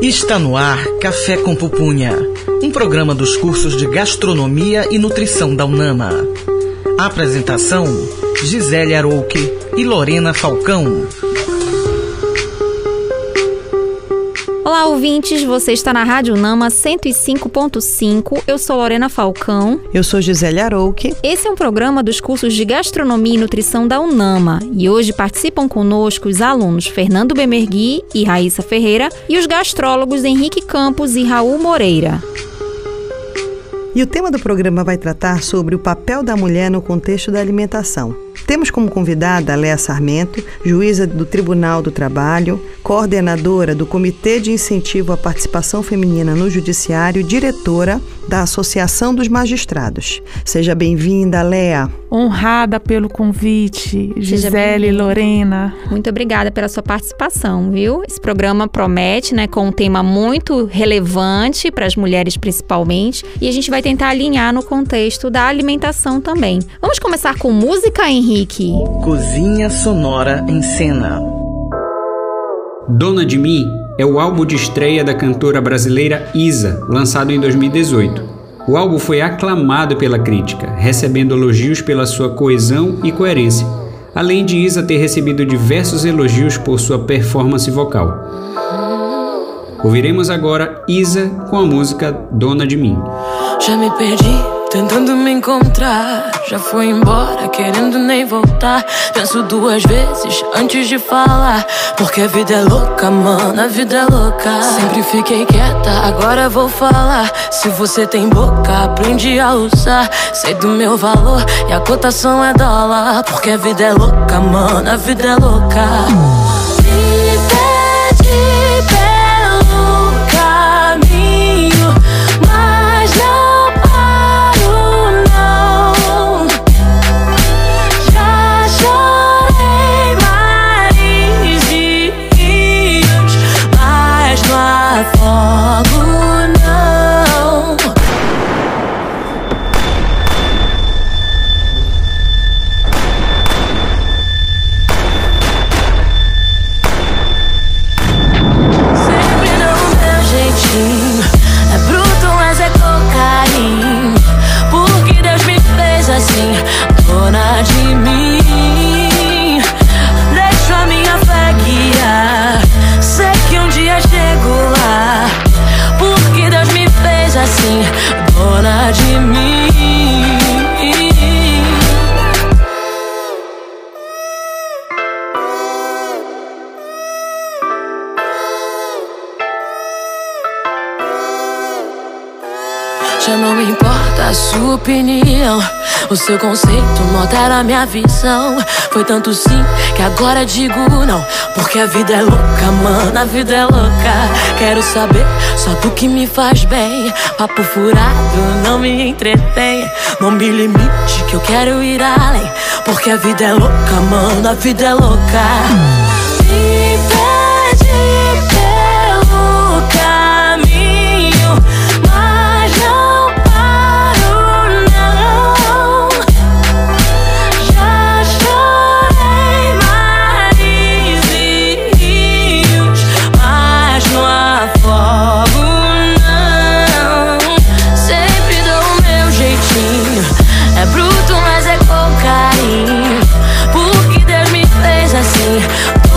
Está no ar Café com Pupunha, um programa dos cursos de Gastronomia e Nutrição da UNAMA. Apresentação: Gisele Arouque e Lorena Falcão. Olá, ouvintes, você está na Rádio UNAMA 105.5, eu sou Lorena Falcão. Eu sou Gisele Arouque. Esse é um programa dos cursos de Gastronomia e Nutrição da UNAMA e hoje participam conosco os alunos Fernando Bemergui e Raíssa Ferreira e os gastrólogos Henrique Campos e Raul Moreira. E o tema do programa vai tratar sobre o papel da mulher no contexto da alimentação. Temos como convidada a Léa Sarmento, juíza do Tribunal do Trabalho, coordenadora do Comitê de Incentivo à Participação Feminina no Judiciário e diretora da Associação dos Magistrados. Seja bem-vinda, Léa. Honrada pelo convite, Gisele e Lorena. Muito obrigada pela sua participação, viu? Esse programa promete, com um tema muito relevante para as mulheres principalmente, e a gente vai tentar alinhar no contexto da alimentação também. Vamos começar com música, Henrique? Cozinha Sonora em Cena. Dona de Mim é o álbum de estreia da cantora brasileira Isa, lançado em 2018. O álbum foi aclamado pela crítica, recebendo elogios pela sua coesão e coerência, além de Isa ter recebido diversos elogios por sua performance vocal. Ouviremos agora Isa com a música Dona de Mim. Já me perdi, tentando me encontrar. Já foi embora, querendo nem voltar. Penso duas vezes antes de falar, porque a vida é louca, mano, a vida é louca. Sempre fiquei quieta, agora vou falar. Se você tem boca, aprende a usar. Sei do meu valor e a cotação é dólar, porque a vida é louca, mano, a vida é louca. Me pede pelo caminho, mas não paro, não. Já chorei mares e rios, mas não afogo, não. Sempre dou o meu jeitinho. É bruto, mas é com carinho, porque Deus me fez assim, dona de mim. Deixo a minha fé guiar, sei que um dia chego lá, porque Deus me fez assim, dona de mim. Já não me importa a sua opinião, o seu conceito não altera a minha visão. Foi tanto sim que agora digo não, porque a vida é louca, mano, a vida é louca. Quero saber só do que me faz bem. Papo furado não me entretém. Não me limite que eu quero ir além, porque a vida é louca, mano, a vida é louca. Me pede pelo caminho, mas não paro, não. Já chorei mares e rios, mas não afogo, não. Sempre dou o meu jeitinho. É bruto, mas é com carinho, porque Deus me fez assim,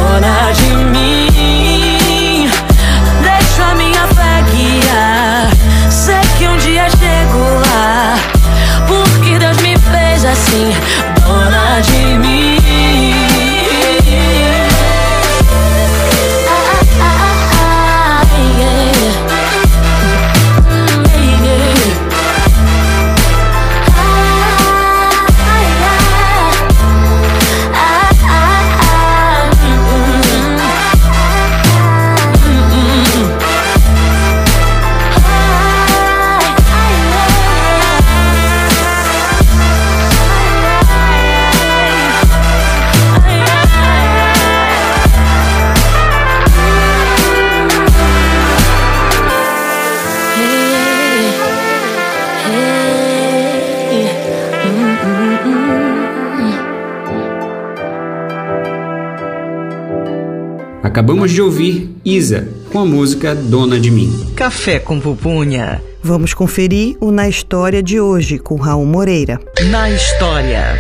Acabamos de ouvir Isa, com a música Dona de Mim. Café com Pupunha. Vamos conferir o Na História de hoje com Raul Moreira. Na História.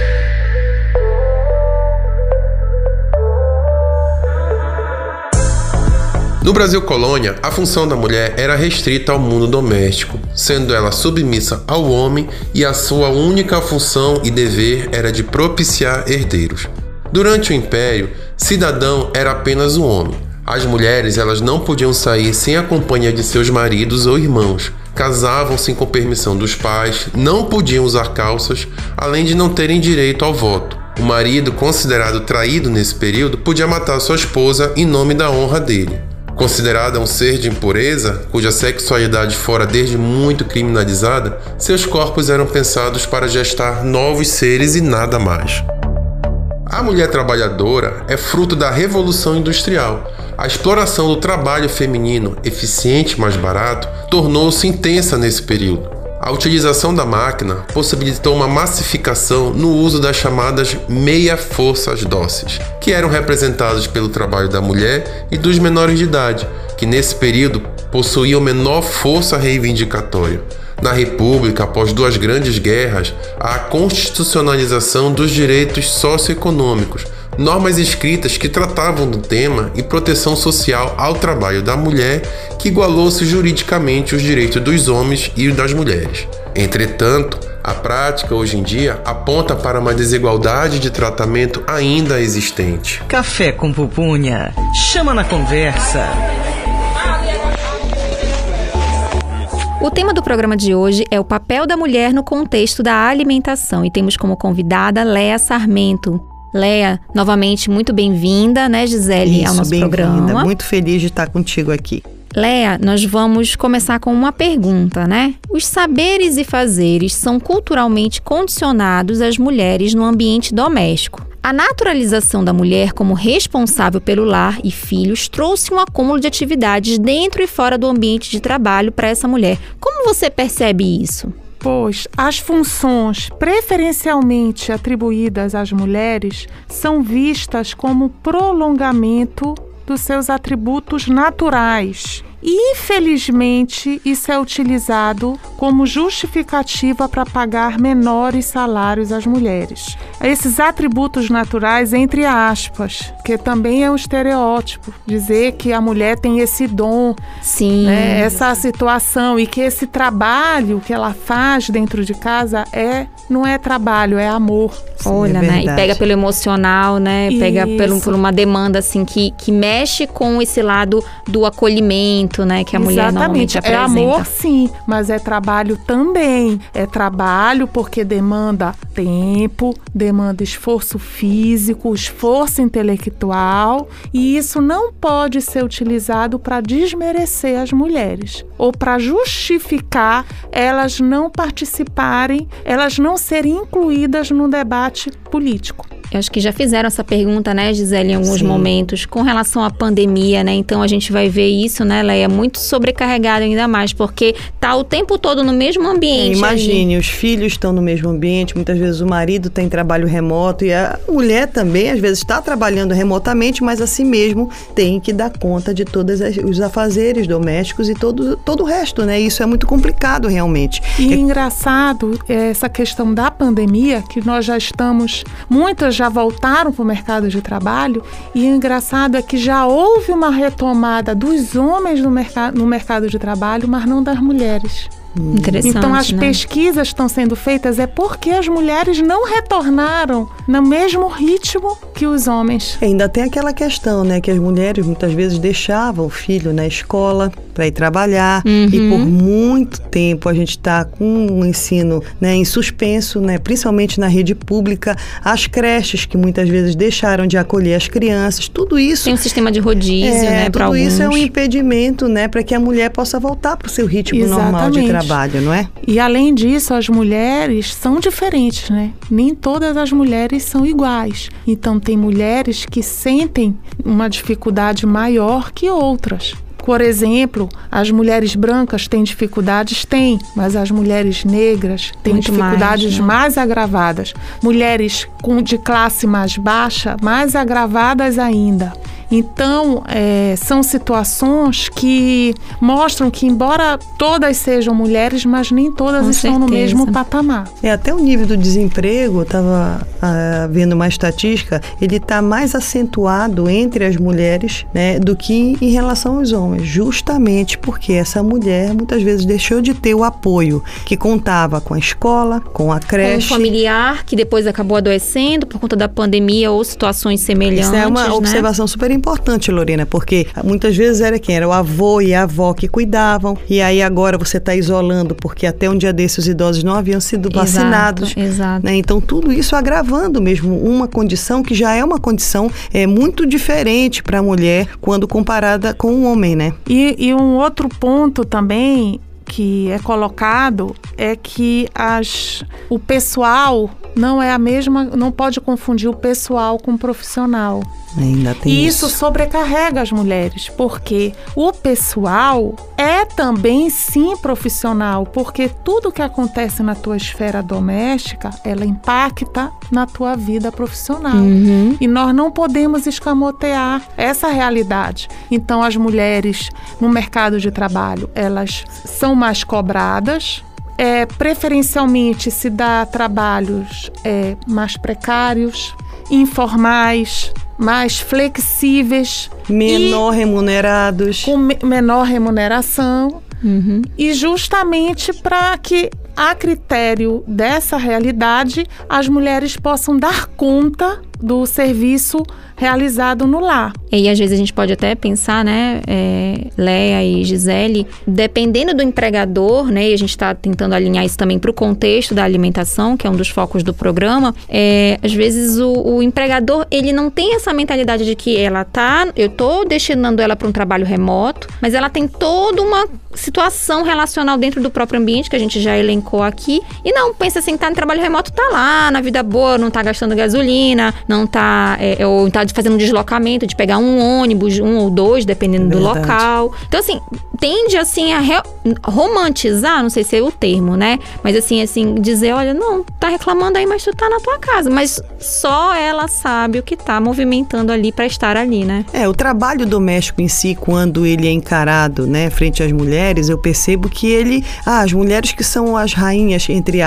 No Brasil colônia, a função da mulher era restrita ao mundo doméstico, sendo ela submissa ao homem e a sua única função e dever era de propiciar herdeiros. Durante o Império, cidadão era apenas um homem. As mulheres elas não podiam sair sem a companhia de seus maridos ou irmãos. Casavam-se com permissão dos pais, não podiam usar calças, além de não terem direito ao voto. O marido, considerado traído nesse período, podia matar sua esposa em nome da honra dele. Considerada um ser de impureza, cuja sexualidade fora desde muito criminalizada, seus corpos eram pensados para gestar novos seres e nada mais. A mulher trabalhadora é fruto da Revolução Industrial. A exploração do trabalho feminino, eficiente e mais barato, tornou-se intensa nesse período. A utilização da máquina possibilitou uma massificação no uso das chamadas meia-forças dóceis, que eram representadas pelo trabalho da mulher e dos menores de idade, que nesse período possuíam menor força reivindicatória. Na República, após 2 grandes guerras, há a constitucionalização dos direitos socioeconômicos, normas escritas que tratavam do tema e proteção social ao trabalho da mulher, que igualou-se juridicamente os direitos dos homens e os das mulheres. Entretanto, a prática hoje em dia aponta para uma desigualdade de tratamento ainda existente. Café com Pupunha. Chama na conversa. O tema do programa de hoje é o papel da mulher no contexto da alimentação e temos como convidada Léa Sarmento. Léa, novamente muito bem-vinda, né, Gisele, ao nosso programa. Muito feliz de estar contigo aqui. Léa, nós vamos começar com uma pergunta, né? Os saberes e fazeres são culturalmente condicionados às mulheres no ambiente doméstico. A naturalização da mulher como responsável pelo lar e filhos trouxe um acúmulo de atividades dentro e fora do ambiente de trabalho para essa mulher. Como você percebe isso? Pois as funções preferencialmente atribuídas às mulheres são vistas como prolongamento dos seus atributos naturais. E, infelizmente, isso é utilizado como justificativa para pagar menores salários às mulheres. Esses atributos naturais, entre aspas, que também é um estereótipo, dizer que a mulher tem esse dom, sim, né, essa situação, e que esse trabalho que ela faz dentro de casa não é trabalho, é amor. Sim, olha, né? E pega pelo emocional, né? Pega por uma demanda assim que mexe com esse lado do acolhimento, né? Que a mulher normalmente apresenta. É amor, sim, mas é trabalho também. É trabalho porque demanda tempo, demanda esforço físico, esforço intelectual, e isso não pode ser utilizado para desmerecer as mulheres ou para justificar elas não participarem, elas não serem incluídas no debate político. Eu acho que já fizeram essa pergunta, né, Gisele, em alguns momentos, com relação à pandemia, né? Então a gente vai ver isso, né, Léa, muito sobrecarregado ainda mais, porque tá o tempo todo no mesmo ambiente. Imagine, os filhos estão no mesmo ambiente, muitas vezes o marido tem trabalho remoto e a mulher também, às vezes, está trabalhando remotamente, mas assim mesmo tem que dar conta de todos os afazeres domésticos e todo o resto, né? Isso é muito complicado, realmente. E engraçado essa questão da pandemia, que nós já estamos, muitas já voltaram para o mercado de trabalho, e o engraçado é que já houve uma retomada dos homens no mercado de trabalho, mas não das mulheres. Interessante, então as né? pesquisas estão sendo feitas porque as mulheres não retornaram no mesmo ritmo que os homens. Ainda tem aquela questão, né, que as mulheres muitas vezes deixavam o filho na escola para ir trabalhar, e por muito tempo a gente está com o ensino, né, em suspenso, né, principalmente na rede pública, as creches que muitas vezes deixaram de acolher as crianças, tudo isso... Tem um sistema de rodízio, né, para alguns. Tudo isso é um impedimento, né, para que a mulher possa voltar para o seu ritmo normal de trabalho, não é? E além disso, as mulheres são diferentes, né? Nem todas as mulheres são iguais. Então tem mulheres que sentem uma dificuldade maior que outras. Por exemplo, as mulheres brancas têm dificuldades? Têm, mas as mulheres negras têm muito dificuldades mais agravadas. Mulheres de classe mais baixa, mais agravadas ainda. Então, são situações que mostram que, embora todas sejam mulheres, mas nem todas estão no mesmo patamar. Até o nível do desemprego, eu estava vendo uma estatística, ele está mais acentuado entre as mulheres, né, do que em relação aos homens, justamente porque essa mulher muitas vezes deixou de ter o apoio que contava com a escola, com a creche. Com um familiar que depois acabou adoecendo por conta da pandemia ou situações semelhantes. Isso é uma observação super importante, Lorena, porque muitas vezes era quem? Era o avô e a avó que cuidavam, e aí agora você está isolando, porque até um dia desses os idosos não haviam sido vacinados. Exato. Né? Então tudo isso agravando mesmo uma condição que já é uma condição muito diferente para a mulher quando comparada com o homem, né? E um outro ponto também que é colocado é que o pessoal não é a mesma, não pode confundir o pessoal com o profissional. Ainda tem e isso sobrecarrega as mulheres, porque o pessoal é também sim profissional, porque tudo que acontece na tua esfera doméstica, ela impacta na tua vida profissional. E nós não podemos escamotear essa realidade. Então as mulheres no mercado de trabalho, elas são mais cobradas, preferencialmente se dá trabalhos mais precários, informais, mais flexíveis, menor remunerados, com menor remuneração, e justamente para que, a critério dessa realidade, as mulheres possam dar conta do serviço realizado no lar. E às vezes a gente pode até pensar, né, Léa e Gisele, dependendo do empregador, né, e a gente está tentando alinhar isso também para o contexto da alimentação, que é um dos focos do programa, às vezes o empregador, ele não tem essa mentalidade de que eu estou destinando ela para um trabalho remoto, mas ela tem toda uma situação relacional dentro do próprio ambiente, que a gente já elencou aqui, e não, pensa assim, tá no trabalho remoto, tá lá, na vida boa, não tá gastando gasolina, não tá, ou tá fazendo um deslocamento, de pegar um ônibus, um ou dois, dependendo do local. Então, assim, tende, assim, a romantizar, não sei se é o termo, né? Mas, assim, dizer, olha, não, tá reclamando aí, mas tu tá na tua casa. Mas só ela sabe o que tá movimentando ali pra estar ali, né? O trabalho doméstico em si, quando ele é encarado, né, frente às mulheres, eu percebo que as mulheres que são as rainhas, entre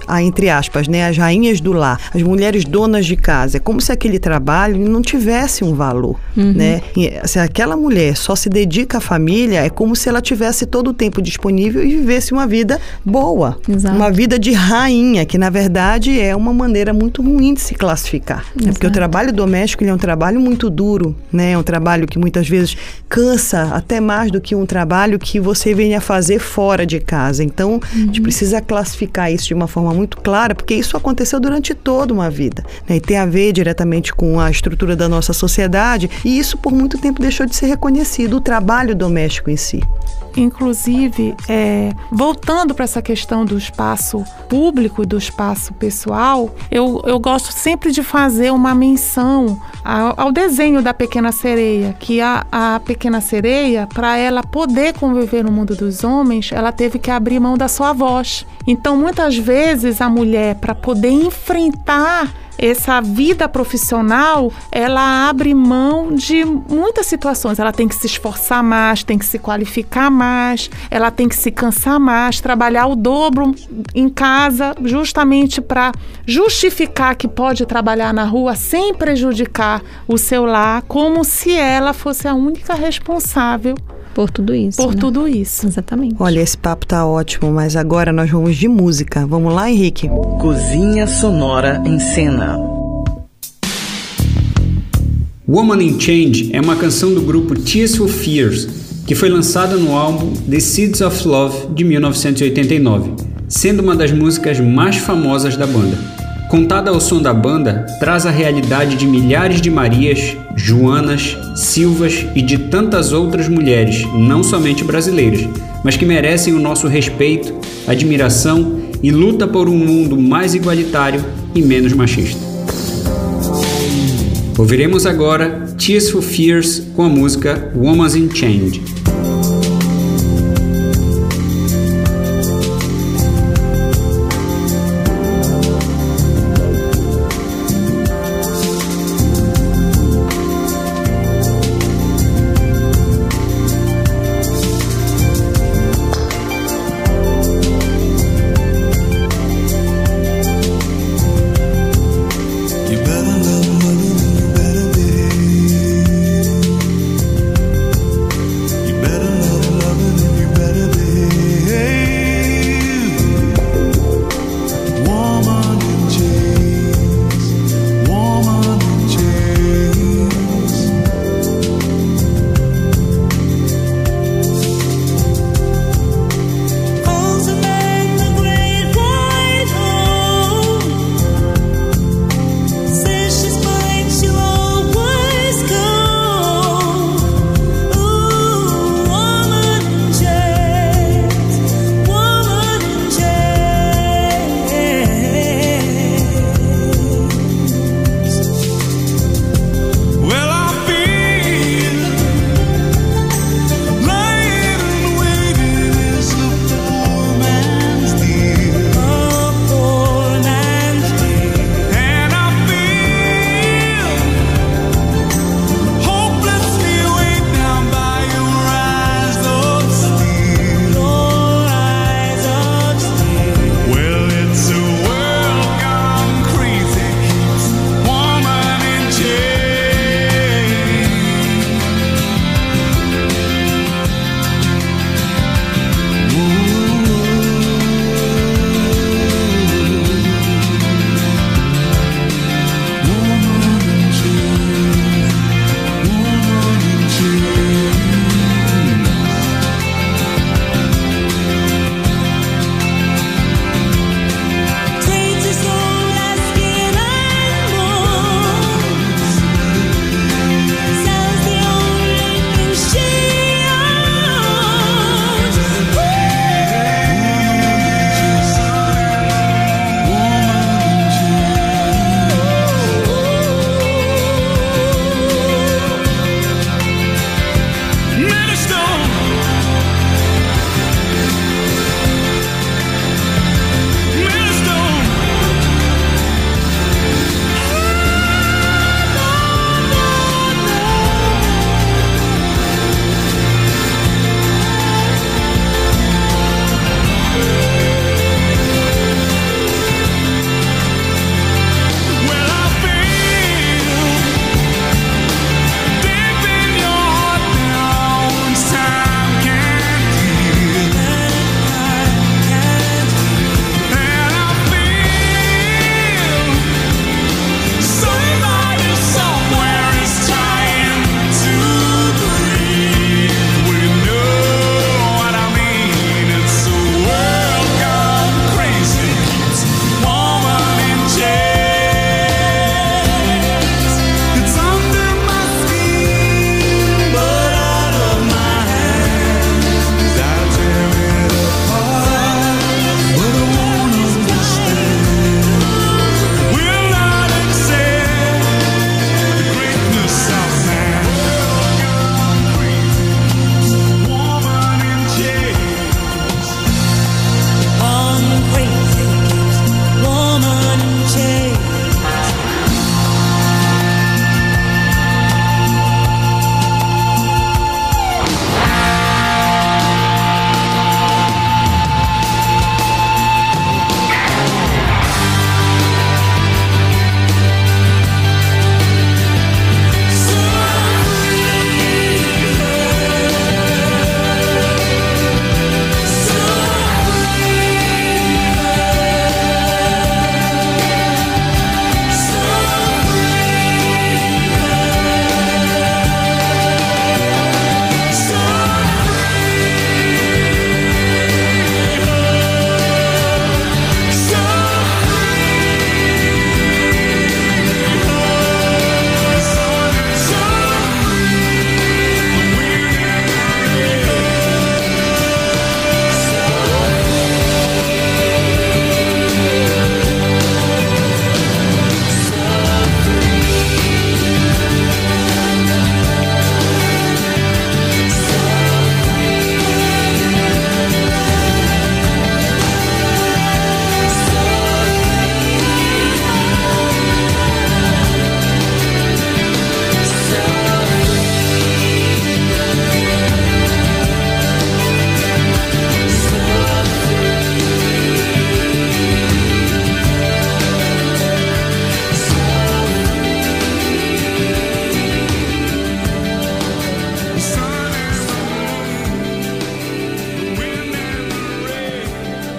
aspas, né, as rainhas do lar, as mulheres donas de casa, é como se aquele trabalho não tivesse um valor, né? E, se aquela mulher só se dedica à família, é como se ela tivesse todo o tempo disponível e vivesse uma vida boa. Exato. Uma vida de rainha, que na verdade é uma maneira muito ruim de se classificar. Né? Porque o trabalho doméstico, ele é um trabalho muito duro, né? É um trabalho que muitas vezes cansa até mais do que um trabalho que você venha fazer fora de casa. Então, a gente precisa classificar isso de uma forma muito clara, porque isso aconteceu durante toda uma vida, né? E tem a ver diretamente com a estrutura da nossa sociedade, e isso por muito tempo deixou de ser reconhecido, o trabalho doméstico em si. Inclusive, voltando para essa questão do espaço público e do espaço pessoal, eu gosto sempre de fazer uma menção ao desenho da Pequena Sereia, que a Pequena Sereia, para ela poder conviver no mundo dos homens, ela teve que abrir mão da sua voz. Então, muitas vezes, a mulher, para poder enfrentar essa vida profissional, ela abre mão de muitas situações. Ela tem que se esforçar mais, tem que se qualificar mais, ela tem que se cansar mais, trabalhar o dobro em casa, justamente para justificar que pode trabalhar na rua sem prejudicar o seu lar, como se ela fosse a única responsável por tudo isso. Por tudo isso. Exatamente. Olha, esse papo tá ótimo, mas agora nós vamos de música. Vamos lá, Henrique? Cozinha Sonora em Cena. Woman in Change é uma canção do grupo Tears for Fears, que foi lançada no álbum The Seeds of Love, de 1989, sendo uma das músicas mais famosas da banda. Contada ao som da banda, traz a realidade de milhares de Marias, Joanas, Silvas e de tantas outras mulheres, não somente brasileiras, mas que merecem o nosso respeito, admiração e luta por um mundo mais igualitário e menos machista. Ouviremos agora Tears for Fears com a música Woman in Change.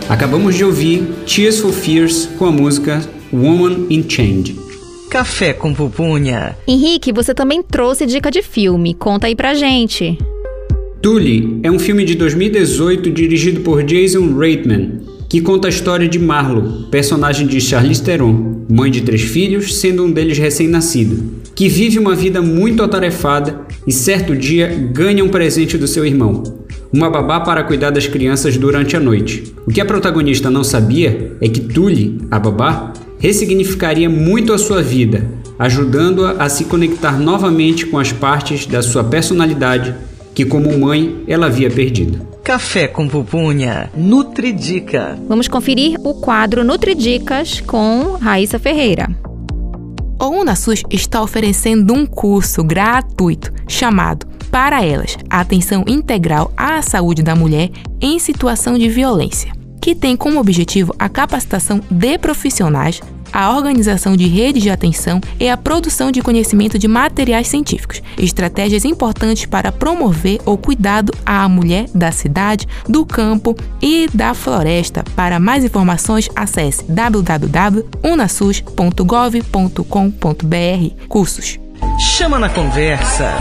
Acabamos de ouvir Tears for Fears com a música Woman in Change. Café com Pupunha. Henrique, você também trouxe dica de filme. Conta aí pra gente. Tully é um filme de 2018 dirigido por Jason Reitman, que conta a história de Marlo, personagem de Charlize Theron, mãe de 3 filhos, sendo um deles recém-nascido, que vive uma vida muito atarefada e certo dia ganha um presente do seu irmão, uma babá para cuidar das crianças durante a noite. O que a protagonista não sabia é que Tully, a babá, ressignificaria muito a sua vida, ajudando-a a se conectar novamente com as partes da sua personalidade que, como mãe, ela havia perdido. Café com Pupunha. Nutridica. Vamos conferir o quadro Nutridicas com Raíssa Ferreira. O UnaSUS está oferecendo um curso gratuito chamado Para Elas, Atenção Integral à Saúde da Mulher em Situação de Violência, que tem como objetivo a capacitação de profissionais, a organização de redes de atenção e a produção de conhecimento de materiais científicos, estratégias importantes para promover o cuidado à mulher da cidade, do campo e da floresta. Para mais informações, acesse www.unasus.gov.com.br. Cursos. Chama na conversa.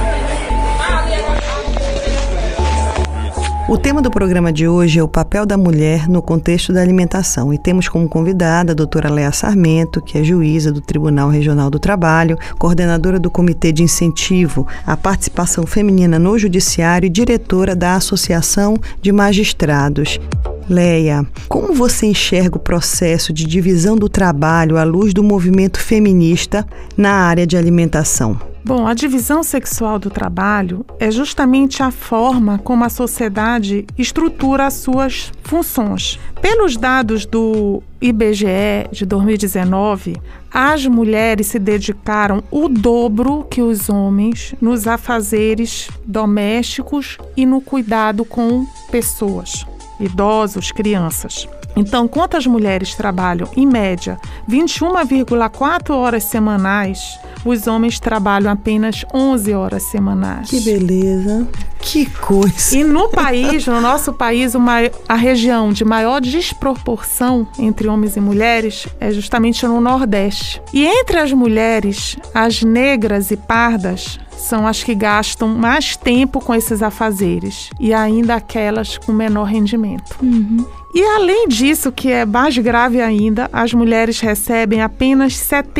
O tema do programa de hoje é o papel da mulher no contexto da alimentação e temos como convidada a doutora Léa Sarmento, que é juíza do Tribunal Regional do Trabalho, coordenadora do Comitê de Incentivo à Participação Feminina no Judiciário e diretora da Associação de Magistrados. Léa, como você enxerga o processo de divisão do trabalho à luz do movimento feminista na área de alimentação? Bom, a divisão sexual do trabalho é justamente a forma como a sociedade estrutura as suas funções. Pelos dados do IBGE de 2019, as mulheres se dedicaram o dobro que os homens nos afazeres domésticos e no cuidado com pessoas, idosos, crianças. Então, enquanto as mulheres trabalham, em média, 21,4 horas semanais, os homens trabalham apenas 11 horas semanais. Que beleza! Que coisa! E no país, no nosso país, a região de maior desproporção entre homens e mulheres é justamente no Nordeste. E entre as mulheres, as negras e pardas são as que gastam mais tempo com esses afazeres e ainda aquelas com menor rendimento. E além disso, que é mais grave ainda, as mulheres recebem apenas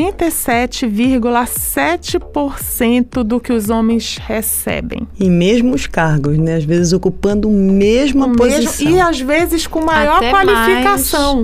77,7% do que os homens recebem. E mesmo os cargos, né? Às vezes ocupando a mesma posição. E às vezes com maior até qualificação.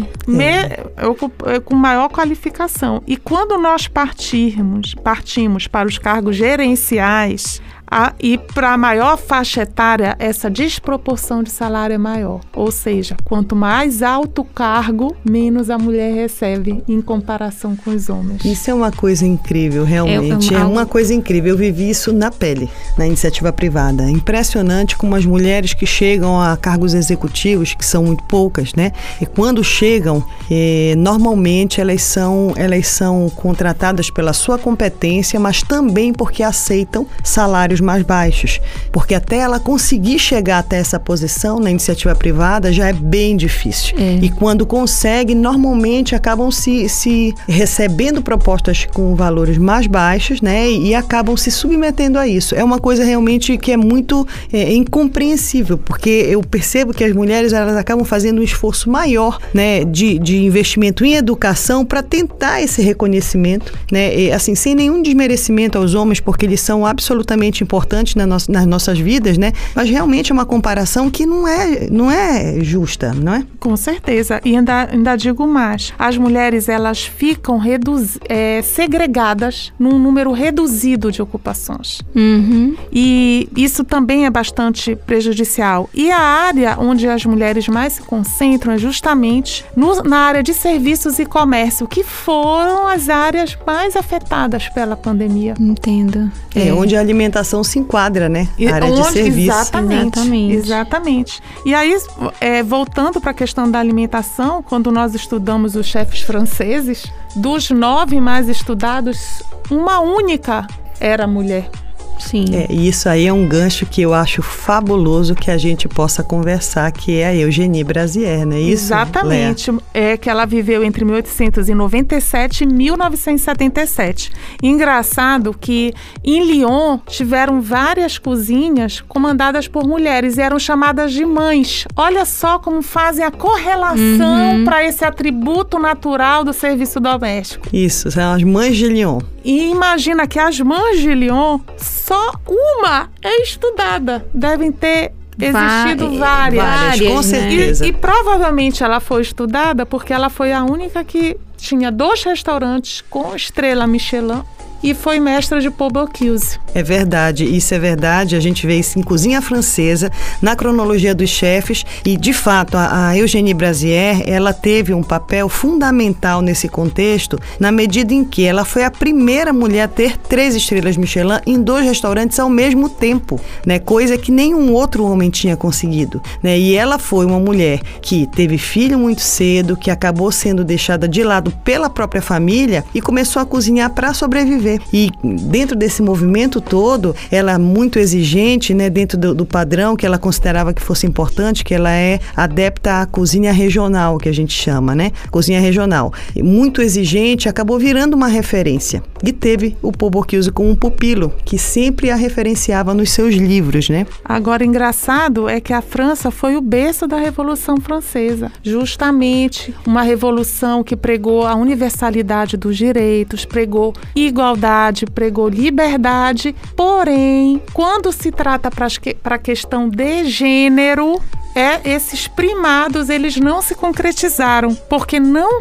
Mais, com maior qualificação. E quando nós partimos para os cargos gerenciais, e para a maior faixa etária, essa desproporção de salário é maior. Ou seja, quanto mais alto o cargo, menos a mulher recebe em comparação com os homens. Isso é uma coisa incrível, realmente. É uma coisa incrível. Eu vivi isso na pele, na iniciativa privada. É impressionante como as mulheres que chegam a cargos executivos, que são muito poucas, né? E quando chegam, normalmente elas são contratadas pela sua competência, mas também porque aceitam salários mais baixos, porque até ela conseguir chegar até essa posição na iniciativa privada já é bem difícil. E quando consegue, normalmente acabam se recebendo propostas com valores mais baixos, né, e acabam se submetendo a isso. É uma coisa realmente que é muito incompreensível, porque eu percebo que as mulheres elas acabam fazendo um esforço maior, né, de investimento em educação para tentar esse reconhecimento, né, e, assim, sem nenhum desmerecimento aos homens, porque eles são absolutamente importantes nas nossas vidas, né? Mas realmente é uma comparação que não é justa, não é? Com certeza. E ainda digo mais. As mulheres, elas ficam segregadas num número reduzido de ocupações. E isso também é bastante prejudicial. E a área onde as mulheres mais se concentram é justamente na área de serviços e comércio, que foram as áreas mais afetadas pela pandemia. Entendo. Onde a alimentação se enquadra, né? A área de serviço. Exatamente. E aí, voltando para a questão da alimentação, quando nós estudamos os chefes franceses, dos 9 mais estudados, uma única era mulher. Sim. E isso aí é um gancho que eu acho fabuloso que a gente possa conversar, que é a Eugénie Brazier, não é isso? Exatamente. Léa? É que ela viveu entre 1897 e 1977. Engraçado que em Lyon tiveram várias cozinhas comandadas por mulheres e eram chamadas de mães. Olha só como fazem a correlação para esse atributo natural do serviço doméstico. Isso, são as mães de Lyon. E imagina que as mães de Lyon, só uma é estudada. Devem ter existido várias, com certeza. E provavelmente ela foi estudada porque ela foi a única que tinha 2 restaurantes com estrela Michelin e foi mestra de Paul Bocuse. É verdade, isso é verdade. A gente vê isso em Cozinha Francesa, na cronologia dos chefes, e de fato a Eugénie Brazier, ela teve um papel fundamental nesse contexto, na medida em que ela foi a primeira mulher a ter 3 estrelas Michelin em 2 restaurantes ao mesmo tempo, né? Coisa que nenhum outro homem tinha conseguido, né? E ela foi uma mulher que teve filho muito cedo, que acabou sendo deixada de lado pela própria família e começou a cozinhar para sobreviver. E dentro desse movimento todo, ela é muito exigente, né, dentro do padrão que ela considerava que fosse importante, que ela é adepta à cozinha regional, que a gente chama, né? Cozinha regional. E muito exigente, acabou virando uma referência. E teve o Paul Bocuse como um pupilo, que sempre a referenciava nos seus livros, né? Agora, engraçado é que a França foi o berço da Revolução Francesa. Justamente uma revolução que pregou a universalidade dos direitos, pregou igualdade, pregou liberdade, porém, quando se trata para a questão de gênero, esses primados, eles não se concretizaram, porque não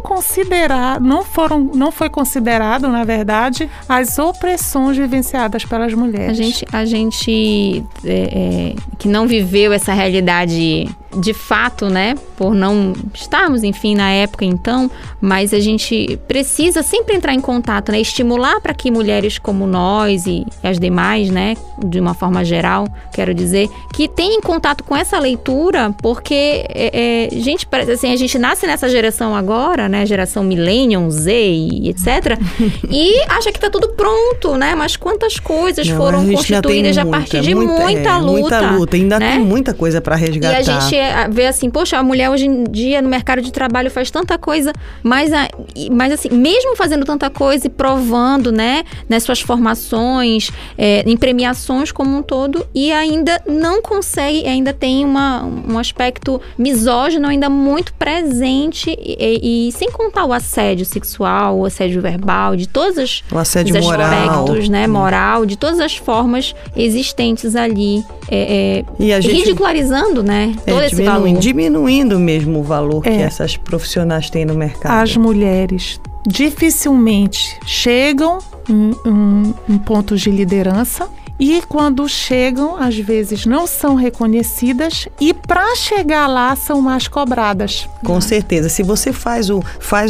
foi considerado, na verdade, as opressões vivenciadas pelas mulheres. A gente que não viveu essa realidade de fato, né, por não estarmos, enfim, na época então, mas a gente precisa sempre entrar em contato, né, estimular para que mulheres como nós e as demais, né, de uma forma geral, quero dizer, que tenham contato com essa leitura, porque gente, assim, a gente nasce nessa geração agora, né, geração Millennium, Z e etc, e acha que tá tudo pronto, né, mas quantas coisas foram constituídas a partir de muita luta. Ainda né? tem muita coisa para resgatar. E a gente vê assim, poxa, a mulher hoje em dia no mercado de trabalho faz tanta coisa, mas assim, mesmo fazendo tanta coisa e provando, né, nas suas formações, em premiações como um todo, e ainda não consegue, ainda tem um aspecto misógino ainda muito presente, e sem contar o assédio sexual, o assédio verbal, de todos o assédio os moral, aspectos, né, moral, de todas as formas existentes ali, e a gente, ridicularizando, né, todo esse valor. Diminuindo mesmo o valor que essas profissionais têm no mercado. As mulheres dificilmente chegam em pontos de liderança, e quando chegam, às vezes não são reconhecidas, e para chegar lá são mais cobradas. Com certeza. Se você faz um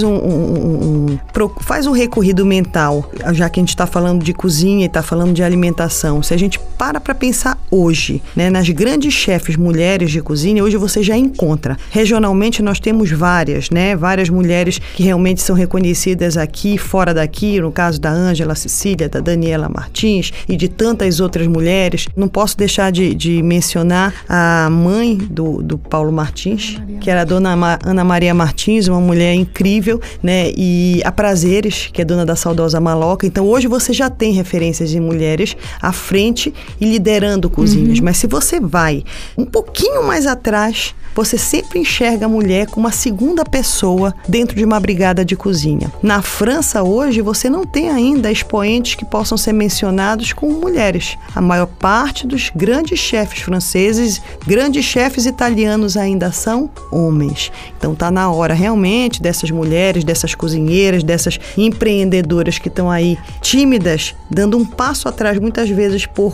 recorrido mental, já que a gente está falando de cozinha e está falando de alimentação, se a gente para pensar hoje, né, nas grandes chefes mulheres de cozinha, hoje você já encontra. Regionalmente nós temos várias, né, várias mulheres que realmente são reconhecidas aqui, fora daqui, no caso da Ângela Cecília, da Daniela Martins e de tantas outras mulheres. Não posso deixar de mencionar a mãe do Paulo Martins, que era a dona Ana Maria Martins, uma mulher incrível, né? E a Prazeres, que é dona da saudosa Maloca. Então hoje você já tem referências de mulheres à frente e liderando cozinhas. Mas se você vai um pouquinho mais atrás, você sempre enxerga a mulher como uma segunda pessoa dentro de uma brigada de cozinha. Na França hoje você não tem ainda expoentes que possam ser mencionados como mulheres. A maior parte dos grandes chefes franceses, grandes chefes italianos ainda são homens. Então está na hora realmente dessas mulheres, dessas cozinheiras, dessas empreendedoras que estão aí tímidas, dando um passo atrás muitas vezes por timidez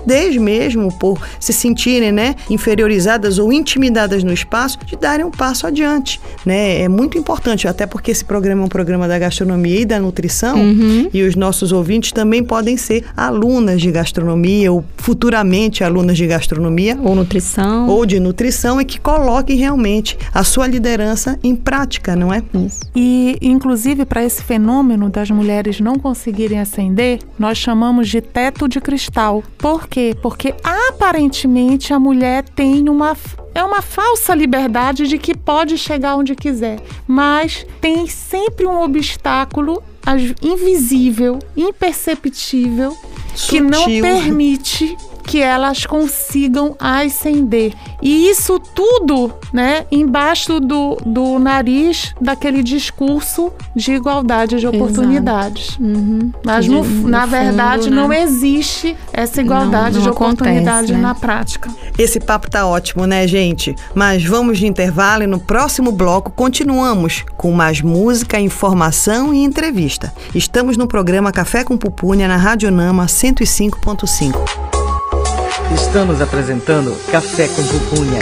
timidez mesmo, por se sentirem, né, inferiorizadas ou intimidadas no espaço, de darem um passo adiante, né? É muito importante, até porque esse programa é um programa da gastronomia e da nutrição, e os nossos ouvintes também podem ser alunas de gastronomia ou futuramente alunas de gastronomia ou nutrição, ou de nutrição, e que coloquem realmente a sua liderança em prática, não é? Isso. E, inclusive, para esse fenômeno das mulheres não conseguirem ascender, nós chamamos de teto de cristal. Por quê? Porque, aparentemente, a mulher tem uma falsa liberdade de que pode chegar onde quiser, mas tem sempre um obstáculo invisível, imperceptível, que não permite que elas consigam ascender. E isso tudo, né, embaixo do nariz daquele discurso de igualdade de oportunidades. Mas, na verdade, fundo, né, não existe essa igualdade de oportunidade, né, na prática. Esse papo tá ótimo, né, gente? Mas vamos de intervalo e no próximo bloco continuamos com mais música, informação e entrevista. Estamos no programa Café com Pupunha na Rádio Nama 105.5. Estamos apresentando Café com Pupunha.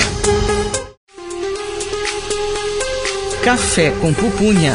Café com Pupunha.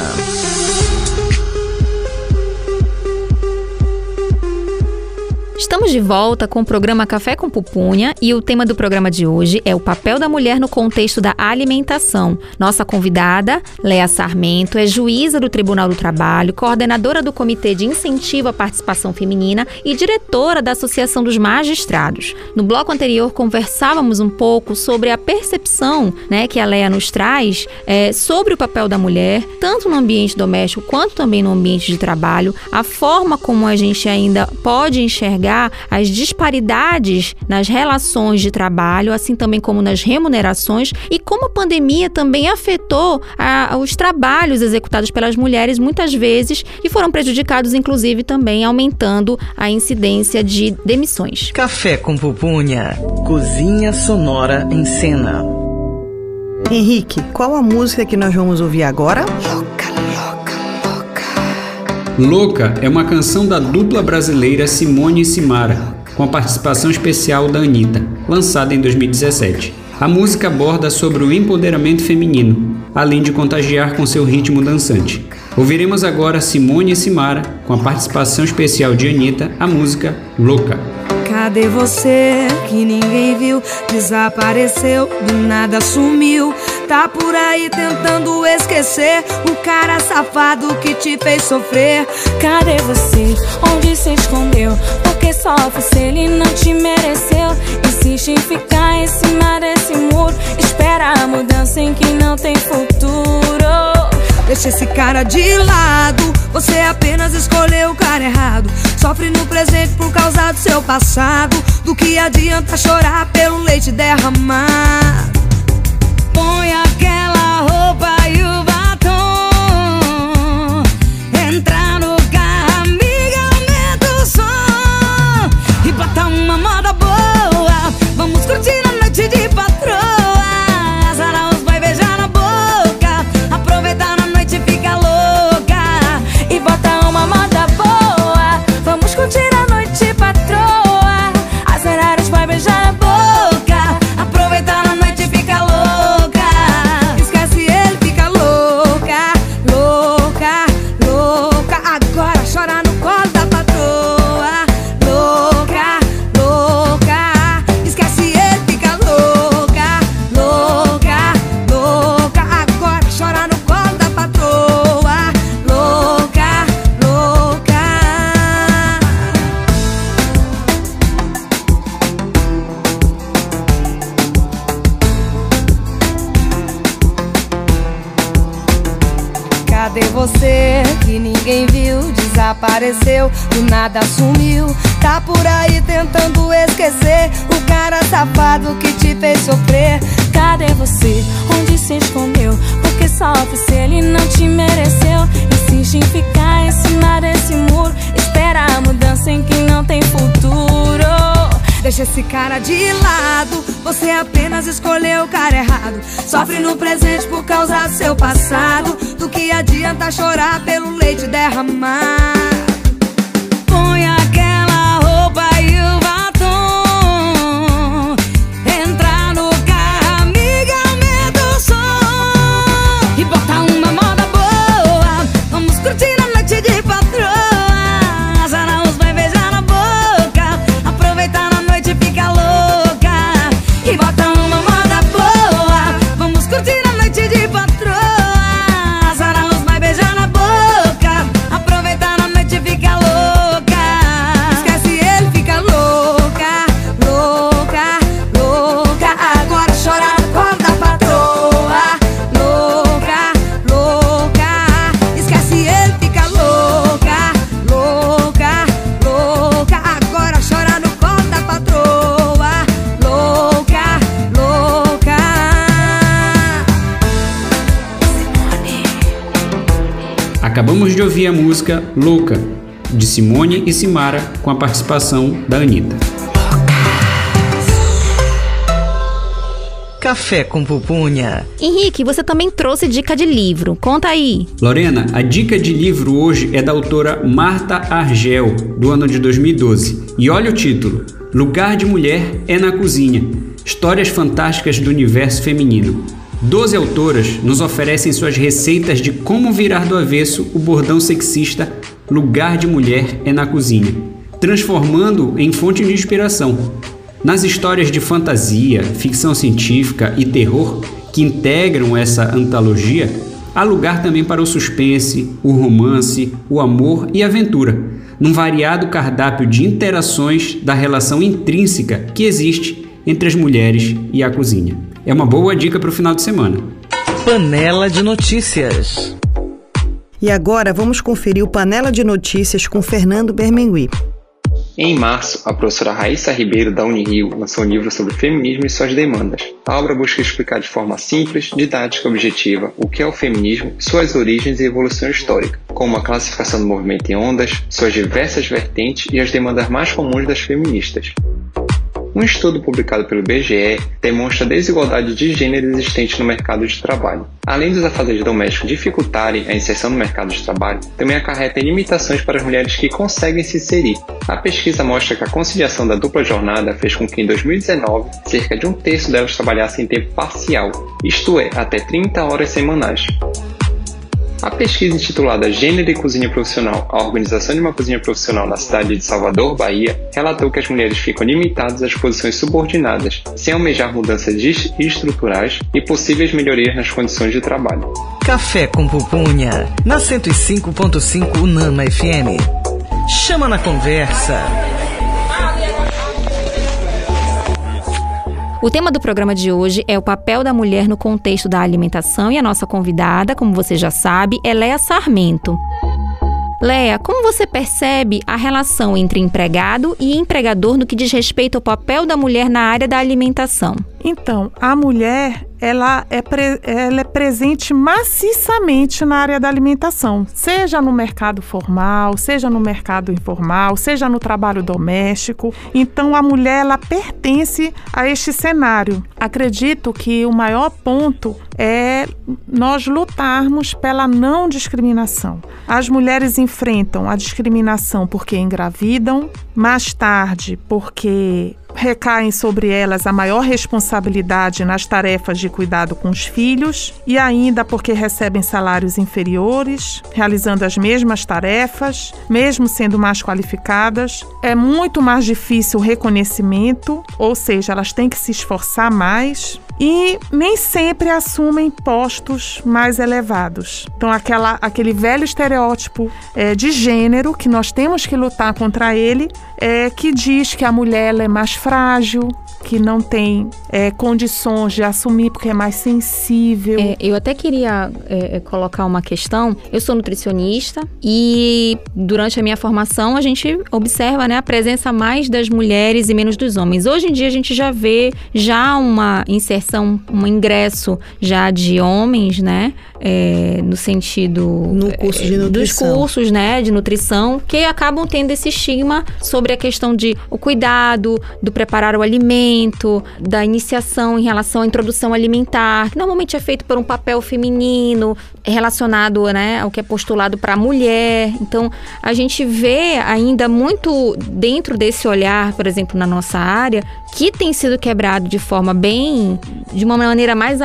Estamos de volta com o programa Café com Pupunha e o tema do programa de hoje é o papel da mulher no contexto da alimentação. Nossa convidada, Léa Sarmento, é juíza do Tribunal do Trabalho, coordenadora do Comitê de Incentivo à Participação Feminina e diretora da Associação dos Magistrados. No bloco anterior, conversávamos um pouco sobre a percepção, né, que a Léa nos traz sobre o papel da mulher, tanto no ambiente doméstico quanto também no ambiente de trabalho, a forma como a gente ainda pode enxergar as disparidades nas relações de trabalho, assim também como nas remunerações, e como a pandemia também afetou os trabalhos executados pelas mulheres, muitas vezes, que foram prejudicados, inclusive também aumentando a incidência de demissões. Café com Pupunha, cozinha sonora em cena. Henrique, qual a música que nós vamos ouvir agora? Louca é uma canção da dupla brasileira Simone e Simara, com a participação especial da Anitta, lançada em 2017. A música aborda sobre o empoderamento feminino, além de contagiar com seu ritmo dançante. Ouviremos agora Simone e Simara, com a participação especial de Anitta, a música Louca. Cadê você que ninguém viu? Desapareceu, do nada sumiu. Tá por aí tentando esquecer o cara safado que te fez sofrer. Cadê você? Onde se escondeu? Porque sofre se ele não te mereceu. Insiste em ficar em cima desse muro. Espera a mudança em que não tem futuro. Deixa esse cara de lado, você apenas escolheu o cara errado. Sofre no presente por causa do seu passado. Do que adianta chorar pelo leite derramado? Põe aquela roupa e o batom. Entra no carro, amiga, aumenta o som. E bota uma moda boa. Vamos curtir a noite de patroa. Azara os vai beijar na boca. Aproveitar na noite, fica louca. E bota uma moda boa. Vamos curtir a noite, patroa. Azara os vai beijar na boca. Aproveitar na noite, fica louca. Cadê você que ninguém viu? Desapareceu, do nada sumiu. Tá por aí tentando esquecer o cara safado que te fez sofrer. Cadê você? Onde se escondeu? Porque sofre se ele não te mereceu. Insiste em ficar em cima desse muro. Espera a mudança em que não tem futuro. Deixa esse cara de lado, você apenas escolheu o cara errado. Sofre no presente por causa do seu passado. Do que adianta chorar pelo leite derramado? Põe aquela roupa e o batom. Acabamos de ouvir a música Louca, de Simone e Simara, com a participação da Anitta. Café com Pupunha. Henrique, você também trouxe dica de livro. Conta aí. Lorena, a dica de livro hoje é da autora Marta Argel, do ano de 2012. E olha o título: Lugar de Mulher é na Cozinha. Histórias fantásticas do universo feminino. 12 autoras nos oferecem suas receitas de como virar do avesso o bordão sexista Lugar de Mulher é na Cozinha, transformando em fonte de inspiração. Nas histórias de fantasia, ficção científica e terror que integram essa antologia, há lugar também para o suspense, o romance, o amor e a aventura, num variado cardápio de interações da relação intrínseca que existe entre as mulheres e a cozinha. É uma boa dica para o final de semana. Panela de Notícias. E agora vamos conferir o Panela de Notícias com Fernando Bermengui. Em março, a professora Raíssa Ribeiro, da Unirio, lançou um livro sobre feminismo e suas demandas. A obra busca explicar de forma simples, didática e objetiva o que é o feminismo, suas origens e evolução histórica, como a classificação do movimento em ondas, suas diversas vertentes e as demandas mais comuns das feministas. Um estudo publicado pelo IBGE demonstra a desigualdade de gênero existente no mercado de trabalho. Além dos afazeres domésticos dificultarem a inserção no mercado de trabalho, também acarreta limitações para as mulheres que conseguem se inserir. A pesquisa mostra que a conciliação da dupla jornada fez com que em 2019, cerca de 1/3 delas trabalhassem em tempo parcial, isto é, até 30 horas semanais. A pesquisa intitulada Gênero e Cozinha Profissional, a organização de uma cozinha profissional na cidade de Salvador, Bahia, relatou que as mulheres ficam limitadas às posições subordinadas, sem almejar mudanças estruturais e possíveis melhorias nas condições de trabalho. Café com Pupunha, na 105.5 Unama FM. Chama na conversa. O tema do programa de hoje é o papel da mulher no contexto da alimentação e a nossa convidada, como você já sabe, é Léa Sarmento. Léa, como você percebe a relação entre empregado e empregador no que diz respeito ao papel da mulher na área da alimentação? Então, a mulher, ela é presente maciçamente na área da alimentação, seja no mercado formal, seja no mercado informal, seja no trabalho doméstico. Então, a mulher, ela pertence a este cenário. Acredito que o maior ponto é nós lutarmos pela não discriminação. As mulheres enfrentam a discriminação porque engravidam, mais tarde porque recaem sobre elas a maior responsabilidade nas tarefas de cuidado com os filhos e ainda porque recebem salários inferiores, realizando as mesmas tarefas, mesmo sendo mais qualificadas. É muito mais difícil o reconhecimento, ou seja, elas têm que se esforçar mais e nem sempre assumem postos mais elevados. Então, aquele velho estereótipo de gênero que nós temos que lutar contra ele, que diz que a mulher ela é mais frágil, que não tem condições de assumir porque é mais sensível. Eu até queria colocar uma questão. Eu sou nutricionista e durante a minha formação a gente observa, né, a presença mais das mulheres e menos dos homens. Hoje em dia a gente já vê uma inserção, um ingresso já de homens, né, no sentido no curso de nutrição. Dos cursos, né, de nutrição, que acabam tendo esse estigma sobre a questão de o cuidado, do preparar o alimento, da iniciação em relação à introdução alimentar, que normalmente é feito por um papel feminino, relacionado, né, ao que é postulado para a mulher. Então, a gente vê ainda muito dentro desse olhar, por exemplo, na nossa área, que tem sido quebrado de forma de uma maneira mais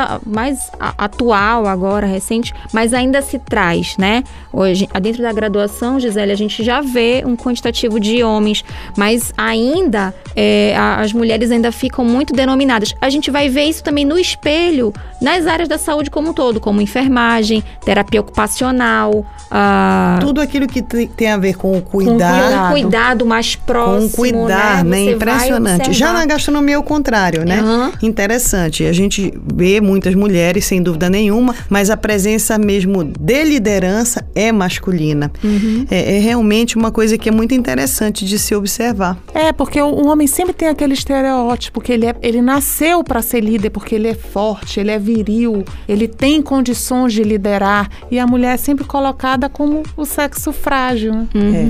atual agora, recente, mas ainda se traz, né? Hoje, dentro da graduação, Gisele, a gente já vê um quantitativo de homens, mas ainda as mulheres ainda ficam muito denominadas. A gente vai ver isso também no espelho, nas áreas da saúde como um todo, como enfermagem, terapia ocupacional. Tudo aquilo que tem a ver com o cuidado. Com o cuidado mais próximo, com cuidar, né? Impressionante. Já na gastronomia é o contrário, né? Uhum. Interessante. A gente vê muitas mulheres, sem dúvida nenhuma, mas a presença mesmo de liderança é masculina. Uhum. É realmente uma coisa que é muito interessante de se observar. Porque o homem sempre tem aquele estereótipo que ele nasceu para ser líder porque ele é forte, ele é viril, ele tem condições de liderar, e a mulher é sempre colocada como o sexo frágil.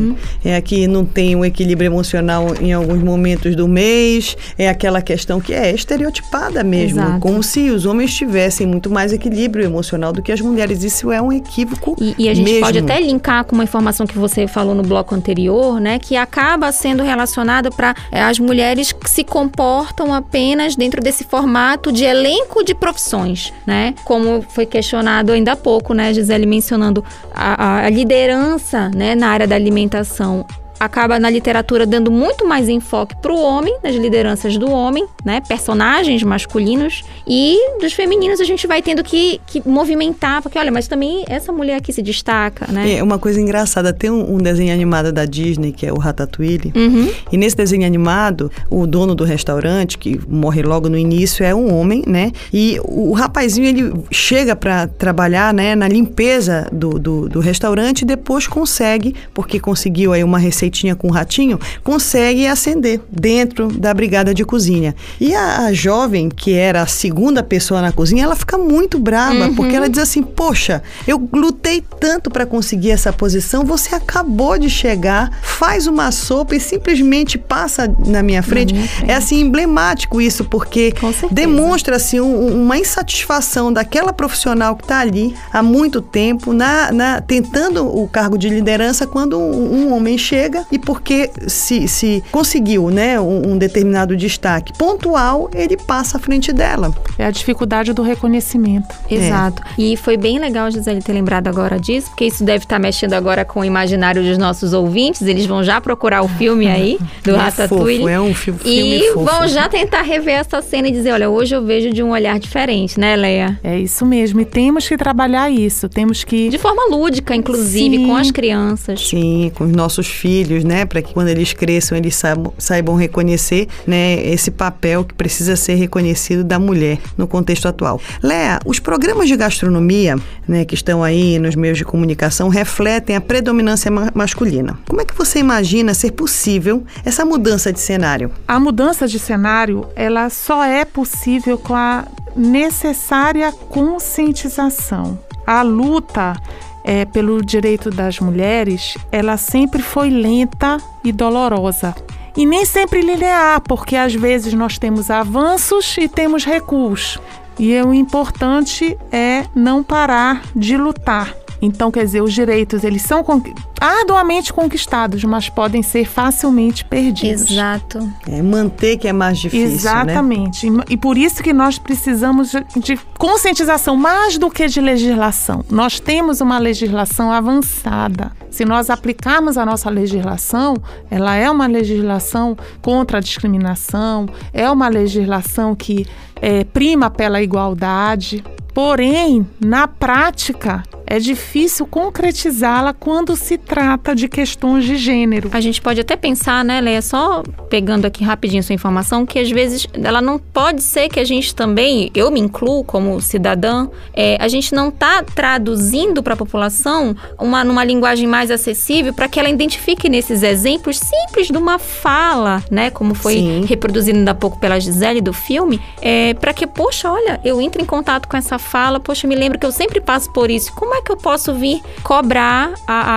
É que não tem um equilíbrio emocional em alguns momentos do mês, é aquela questão que é estereotipada mesmo, Exato. como se os homens tivessem muito mais equilíbrio emocional do que as mulheres. Isso é um equívoco E a gente mesmo. pode até linkar com uma informação que você falou no bloco anterior, né, que acaba sendo relacionada para as mulheres que se comportam apenas dentro desse formato de elenco de profissões, né? Como foi questionado ainda há pouco, né, Gisele mencionando a liderança, né, na área da alimentação. Acaba na literatura dando muito mais enfoque para o homem, nas lideranças do homem, né? Personagens masculinos, e dos femininos a gente vai tendo que movimentar, porque olha, mas também essa mulher aqui se destaca, né? É uma coisa engraçada, tem um desenho animado da Disney, que é o Ratatouille, e nesse desenho animado, o dono do restaurante, que morre logo no início, é um homem, né? E o rapazinho, ele chega para trabalhar, né, na limpeza do restaurante, e depois consegue, porque conseguiu aí uma receitinha com um ratinho, consegue ascender dentro da brigada de cozinha. E a jovem, que era a segunda pessoa na cozinha, ela fica muito brava, porque ela diz assim, poxa, eu lutei tanto para conseguir essa posição, você acabou de chegar, faz uma sopa e simplesmente passa na minha frente. É assim, emblemático isso, porque demonstra assim, uma insatisfação daquela profissional que está ali há muito tempo, tentando o cargo de liderança, quando um homem chega e porque se conseguiu, né, um determinado destaque pontual, ele passa à frente dela. É a dificuldade do reconhecimento. Exato. E foi bem legal, Gisele, ter lembrado agora disso, porque isso deve estar mexendo agora com o imaginário dos nossos ouvintes. Eles vão já procurar o filme aí, do Ratatouille. É um filme e fofo. Vão já tentar rever essa cena e dizer, olha, hoje eu vejo de um olhar diferente, né, Leia? É isso mesmo. E temos que trabalhar isso. Temos que... De forma lúdica, inclusive, Sim. com as crianças. Sim, com os nossos filhos, né, para que quando eles cresçam, eles saibam reconhecer, né, esse papel que precisa ser reconhecido da mulher no contexto atual. Léa, os programas de gastronomia, né, que estão aí nos meios de comunicação, refletem a predominância masculina. Como é que você imagina ser possível essa mudança de cenário? A mudança de cenário, ela só é possível com a necessária conscientização. A luta pelo direito das mulheres, ela sempre foi lenta e dolorosa. E nem sempre linear, porque às vezes nós temos avanços e temos recuos. E o importante é não parar de lutar. Então, quer dizer, os direitos, eles são arduamente conquistados, mas podem ser facilmente perdidos. Exato. Manter que é mais difícil, Exatamente. Né? E por isso que nós precisamos de conscientização, mais do que de legislação. Nós temos uma legislação avançada. Se nós aplicarmos a nossa legislação, ela é uma legislação contra a discriminação, é uma legislação que prima pela igualdade. Porém, na prática, é difícil concretizá-la quando se trata de questões de gênero. A gente pode até pensar, né, Leia, só pegando aqui rapidinho sua informação, que às vezes ela não pode ser que a gente também, eu me incluo como cidadã, a gente não está traduzindo para a população numa linguagem mais acessível para que ela identifique nesses exemplos simples de uma fala, né, como foi reproduzido ainda há pouco pela Gisele do filme, para que, poxa, olha, eu entro em contato com essa fala, poxa, me lembro que eu sempre passo por isso, como é que eu posso vir cobrar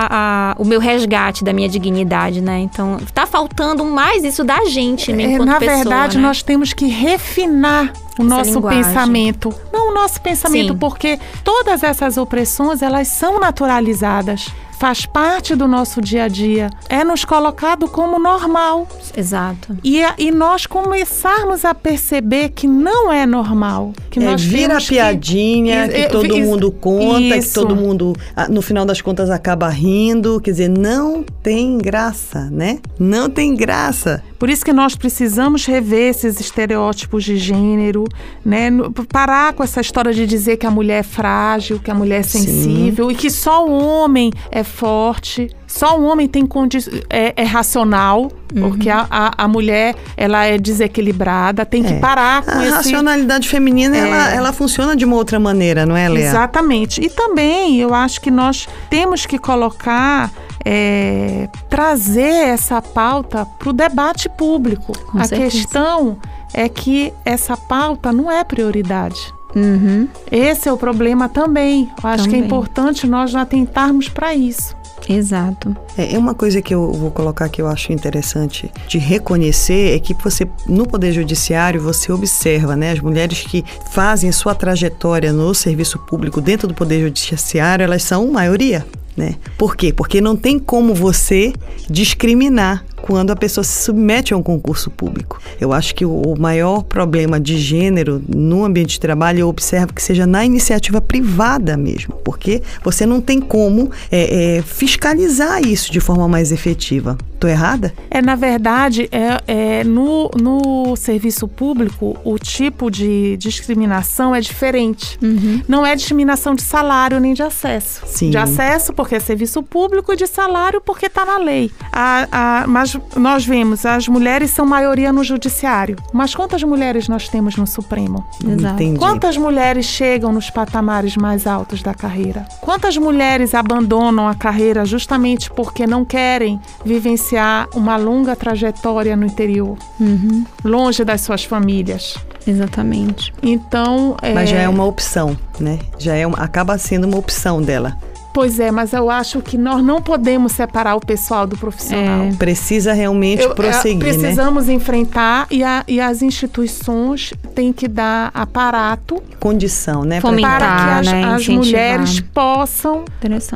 o meu resgate da minha dignidade, né? Então, tá faltando mais isso da gente, né, enquanto na pessoa, verdade, né? Nós temos que refinar o nosso pensamento. Não o nosso pensamento, porque todas essas opressões, elas são naturalizadas. Faz parte do nosso dia a dia. É nos colocado como normal. Exato. E nós começarmos a perceber que não é normal. Que nós vira piadinha, que todo mundo conta, isso. que todo mundo, no final das contas, acaba rindo. Quer dizer, não tem graça, né? Não tem graça. Por isso que nós precisamos rever esses estereótipos de gênero, né? Parar com essa história de dizer que a mulher é frágil, que a mulher é sensível e que só o homem é forte. Só o homem tem é racional, porque a mulher, ela é desequilibrada, tem que parar com a racionalidade feminina, ela funciona de uma outra maneira, não é, Léa? Exatamente. E também, eu acho que nós temos que colocar... trazer essa pauta para o debate público. Com certeza. Questão é que essa pauta não é prioridade. Esse é o problema também. Eu acho que é importante nós atentarmos para isso. Exato. É uma coisa que eu vou colocar que eu acho interessante de reconhecer é que você, no Poder Judiciário, você observa, né, as mulheres que fazem sua trajetória no serviço público dentro do Poder Judiciário, elas são maioria, né? Por quê? Porque não tem como você discriminar quando a pessoa se submete a um concurso público. Eu acho que o maior problema de gênero no ambiente de trabalho, eu observo que seja na iniciativa privada mesmo, porque você não tem como fiscalizar isso de forma mais efetiva. Estou errada? Na verdade, no serviço público, o tipo de discriminação é diferente. Não é discriminação de salário nem de acesso. Sim. De acesso porque é serviço público e de salário porque está na lei. Mas nós vemos, as mulheres são maioria no judiciário. Mas quantas mulheres nós temos no Supremo? Exato. Entendi. Quantas mulheres chegam nos patamares mais altos da carreira? Quantas mulheres abandonam a carreira justamente porque não querem vivenciar uma longa trajetória no interior, longe das suas famílias? Exatamente. Então... Mas já é uma opção, né? Acaba sendo uma opção dela. Pois é, mas eu acho que nós não podemos separar o pessoal do profissional. Precisa realmente prosseguir, precisamos enfrentar e as instituições têm que dar aparato, condição, né? Fomentar, para que as mulheres possam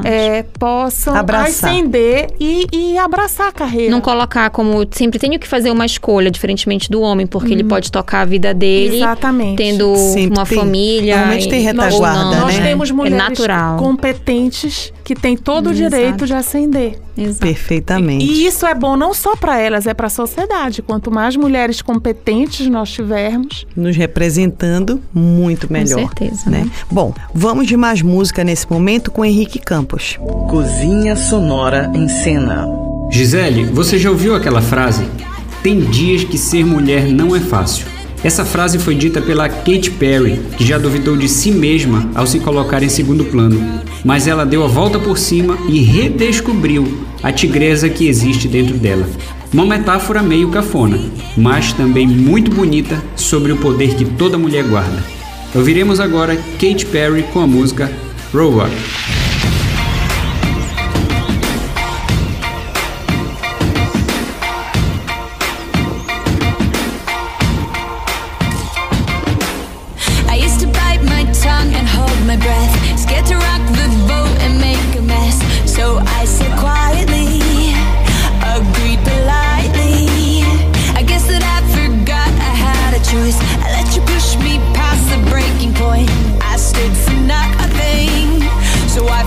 abraçar. ascender e abraçar a carreira. Não colocar como sempre tenho que fazer uma escolha, diferentemente do homem, porque ele pode tocar a vida dele. Exatamente. Tendo uma família. Normalmente tem retaguarda, né? Nós temos mulheres natural. competentes que têm todo o direito de ascender. Exato. Perfeitamente. E isso é bom não só para elas, é para a sociedade. Quanto mais mulheres competentes nós tivermos, nos representando, muito melhor. Com certeza, né? Bom, vamos de mais música nesse momento com Henrique Campos. Cozinha Sonora em Cena. Gisele, você já ouviu aquela frase? Tem dias que ser mulher não é fácil. Essa frase foi dita pela Katy Perry, que já duvidou de si mesma ao se colocar em segundo plano. Mas ela deu a volta por cima e redescobriu a tigresa que existe dentro dela. Uma metáfora meio cafona, mas também muito bonita sobre o poder que toda mulher guarda. Ouviremos agora Katy Perry com a música Robot. So I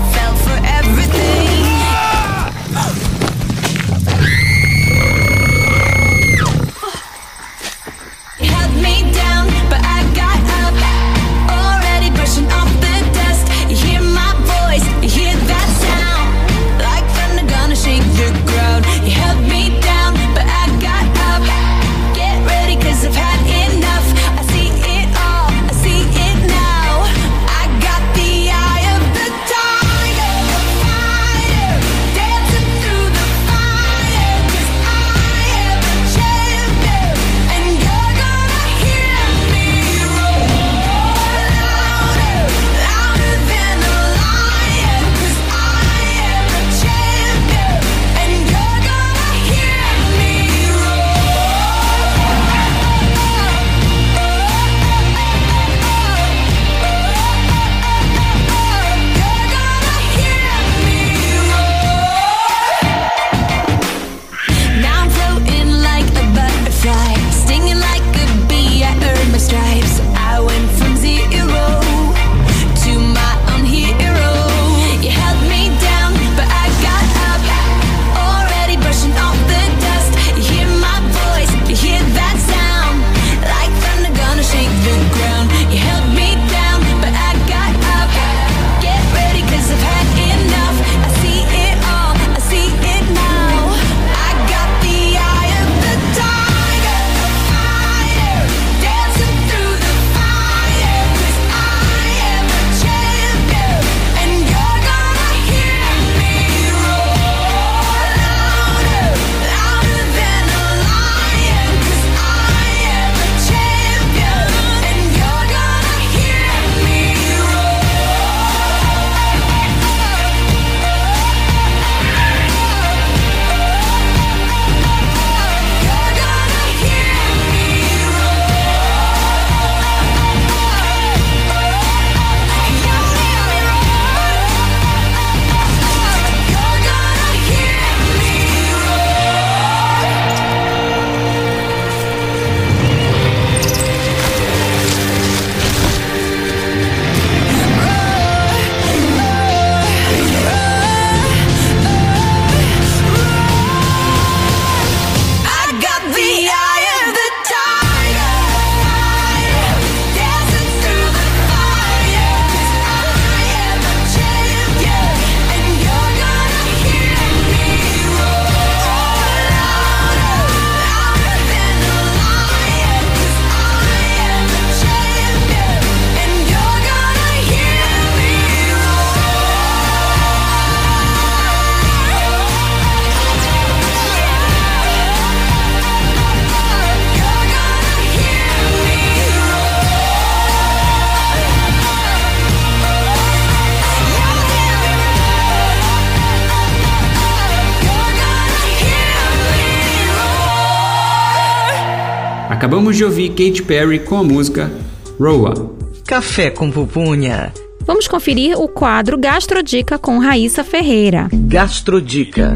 Acabamos de ouvir Katy Perry com a música Roa. Café com pupunha. Vamos conferir o quadro Gastrodica com Raíssa Ferreira. Gastrodica.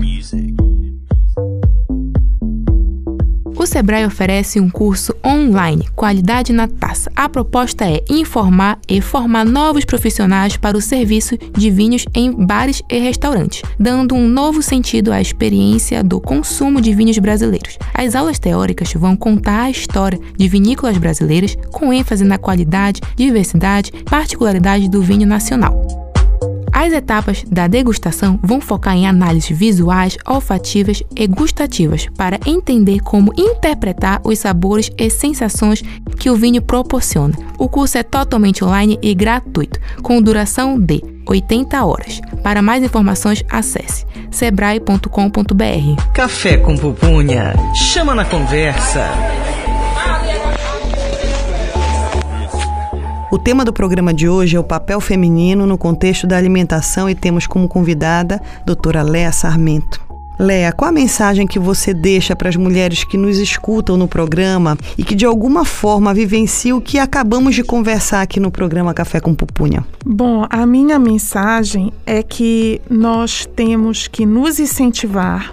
O Sebrae oferece um curso online, Qualidade na Taça. A proposta é informar e formar novos profissionais para o serviço de vinhos em bares e restaurantes, dando um novo sentido à experiência do consumo de vinhos brasileiros. As aulas teóricas vão contar a história de vinícolas brasileiras, com ênfase na qualidade, diversidade e particularidade do vinho nacional. As etapas da degustação vão focar em análises visuais, olfativas e gustativas para entender como interpretar os sabores e sensações que o vinho proporciona. O curso é totalmente online e gratuito, com duração de 80 horas. Para mais informações, acesse sebrae.com.br. Café com pupunha. Chama na conversa. O tema do programa de hoje é o papel feminino no contexto da alimentação e temos como convidada a doutora Léa Sarmento. Léa, qual a mensagem que você deixa para as mulheres que nos escutam no programa e que de alguma forma vivenciam o que acabamos de conversar aqui no programa Café com Pupunha? Bom, a minha mensagem é que nós temos que nos incentivar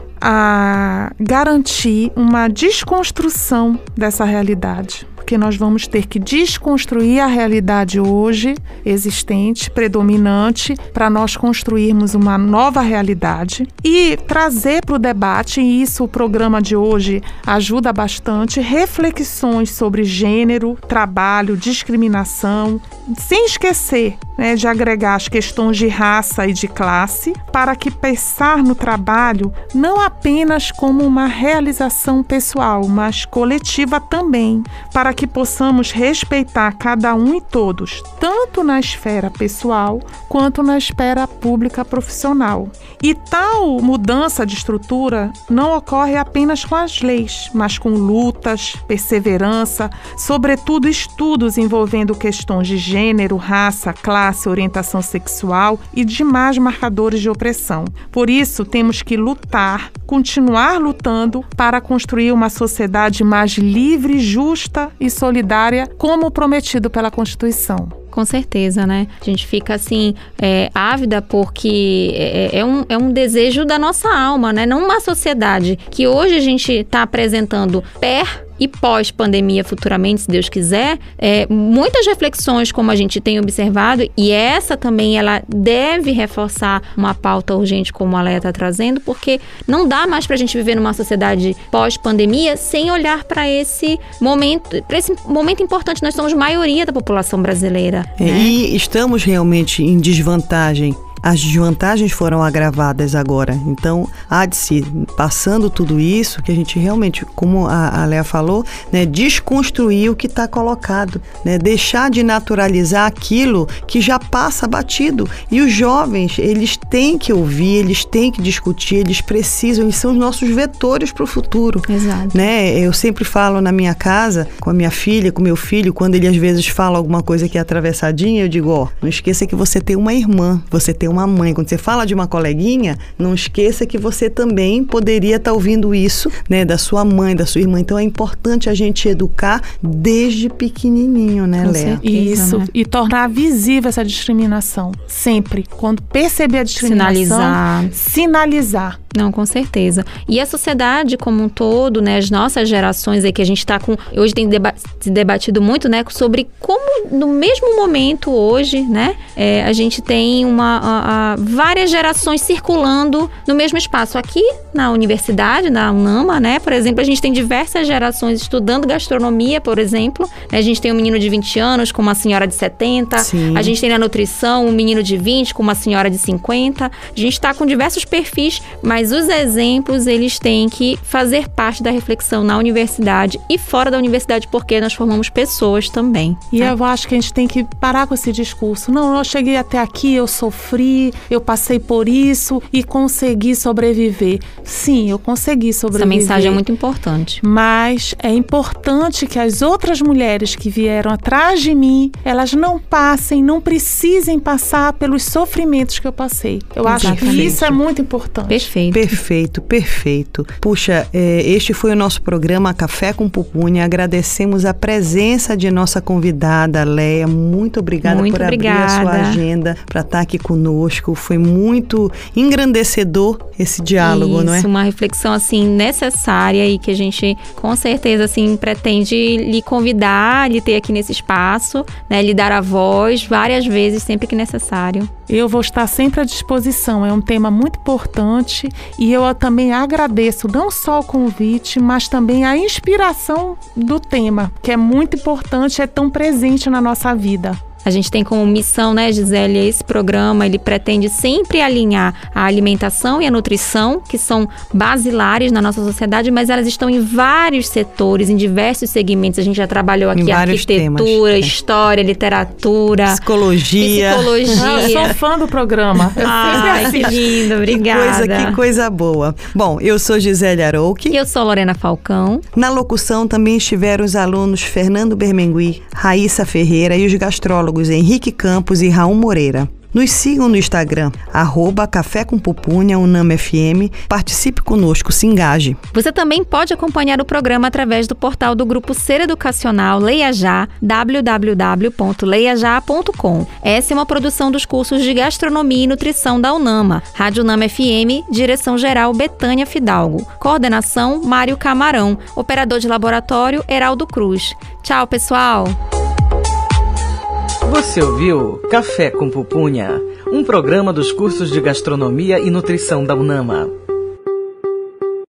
a garantir uma desconstrução dessa realidade. Porque nós vamos ter que desconstruir a realidade hoje existente, predominante, para nós construirmos uma nova realidade e trazer para o debate, e isso o programa de hoje ajuda bastante, reflexões sobre gênero, trabalho, discriminação, sem esquecer, de agregar as questões de raça e de classe, para que pensar no trabalho não apenas como uma realização pessoal, mas coletiva também, para que possamos respeitar cada um e todos, tanto na esfera pessoal quanto na esfera pública profissional. E tal mudança de estrutura não ocorre apenas com as leis, mas com lutas, perseverança, sobretudo estudos envolvendo questões de gênero, raça, classe, orientação sexual e demais marcadores de opressão. Por isso, temos que lutar, continuar lutando para construir uma sociedade mais livre, justa e solidária, como prometido pela Constituição. Com certeza, né? A gente fica assim, ávida porque é um desejo da nossa alma, né? Não uma sociedade que hoje a gente está apresentando e pós-pandemia futuramente, se Deus quiser, muitas reflexões como a gente tem observado, e essa também ela deve reforçar uma pauta urgente como a Léa está trazendo, porque não dá mais para a gente viver numa sociedade pós-pandemia sem olhar para esse momento importante. Nós somos maioria da população brasileira. E estamos realmente em desvantagem. As desvantagens foram agravadas agora. Então, há de se, passando tudo isso, que a gente realmente, como a Léa falou, desconstruir o que está colocado, deixar de naturalizar aquilo que já passa batido. E os jovens, eles têm que ouvir, eles têm que discutir, eles precisam, e são os nossos vetores para o futuro. Exato. Eu sempre falo na minha casa, com a minha filha, com o meu filho, quando ele às vezes fala alguma coisa que é atravessadinha, eu digo, não esqueça que você tem uma irmã, você tem uma mãe. Quando você fala de uma coleguinha, não esqueça que você também poderia estar ouvindo isso, da sua mãe, da sua irmã. Então é importante a gente educar desde pequenininho, né, Léa? Isso, né? E tornar visível essa discriminação. Sempre. Quando perceber a discriminação, sinalizar. Não, com certeza. E a sociedade como um todo, as nossas gerações aí que a gente está com... Hoje tem se debatido muito, sobre como no mesmo momento hoje, a gente tem várias gerações circulando no mesmo espaço. Aqui na universidade, na UNAMA, por exemplo, a gente tem diversas gerações estudando gastronomia, por exemplo. A gente tem um menino de 20 anos com uma senhora de 70. Sim. A gente tem na nutrição um menino de 20 com uma senhora de 50. A gente está com diversos perfis, mas os exemplos, eles têm que fazer parte da reflexão na universidade e fora da universidade, porque nós formamos pessoas também. E eu acho que a gente tem que parar com esse discurso. Não, eu cheguei até aqui, eu sofri, eu passei por isso e consegui sobreviver. Sim, eu consegui sobreviver. Essa mensagem é muito importante. Mas é importante que as outras mulheres que vieram atrás de mim, elas não precisem passar pelos sofrimentos que eu passei. Eu acho que isso é muito importante. Perfeito. Perfeito. Puxa, este foi o nosso programa Café com Pupunha. Agradecemos a presença de nossa convidada, Léa. Muito obrigada por abrir a sua agenda para estar aqui conosco. Foi muito engrandecedor esse diálogo, não é? Isso, uma reflexão assim necessária e que a gente com certeza assim pretende lhe convidar, lhe ter aqui nesse espaço, né, lhe dar a voz várias vezes, sempre que necessário. Eu vou estar sempre à disposição, é um tema muito importante e eu também agradeço não só o convite, mas também a inspiração do tema, que é muito importante, é tão presente na nossa vida. A gente tem como missão, né, Gisélia, esse programa, ele pretende sempre alinhar a alimentação e a nutrição, que são basilares na nossa sociedade, mas elas estão em vários setores, em diversos segmentos. A gente já trabalhou aqui arquitetura, temas, história, literatura, psicologia. Eu sou fã do programa. Que lindo, obrigada. Que coisa boa. Bom, eu sou Gisele Arouque. E eu sou Lorena Falcão. Na locução também estiveram os alunos Fernando Bermengui, Raíssa Ferreira e os gastrólogos Henrique Campos e Raul Moreira. Nos sigam no Instagram, @Café com Pupunha, UNAM-FM. Participe conosco, se engaje. Você também pode acompanhar o programa através do portal do Grupo Ser Educacional Leia Já, www.leiajá.com. Essa é uma produção dos cursos de Gastronomia e Nutrição da UNAMA. Rádio UNAM-FM, direção-geral Betânia Fidalgo. Coordenação, Mário Camarão. Operador de laboratório, Heraldo Cruz. Tchau, pessoal! Você ouviu Café com Pupunha, um programa dos cursos de Gastronomia e Nutrição da UNAMA.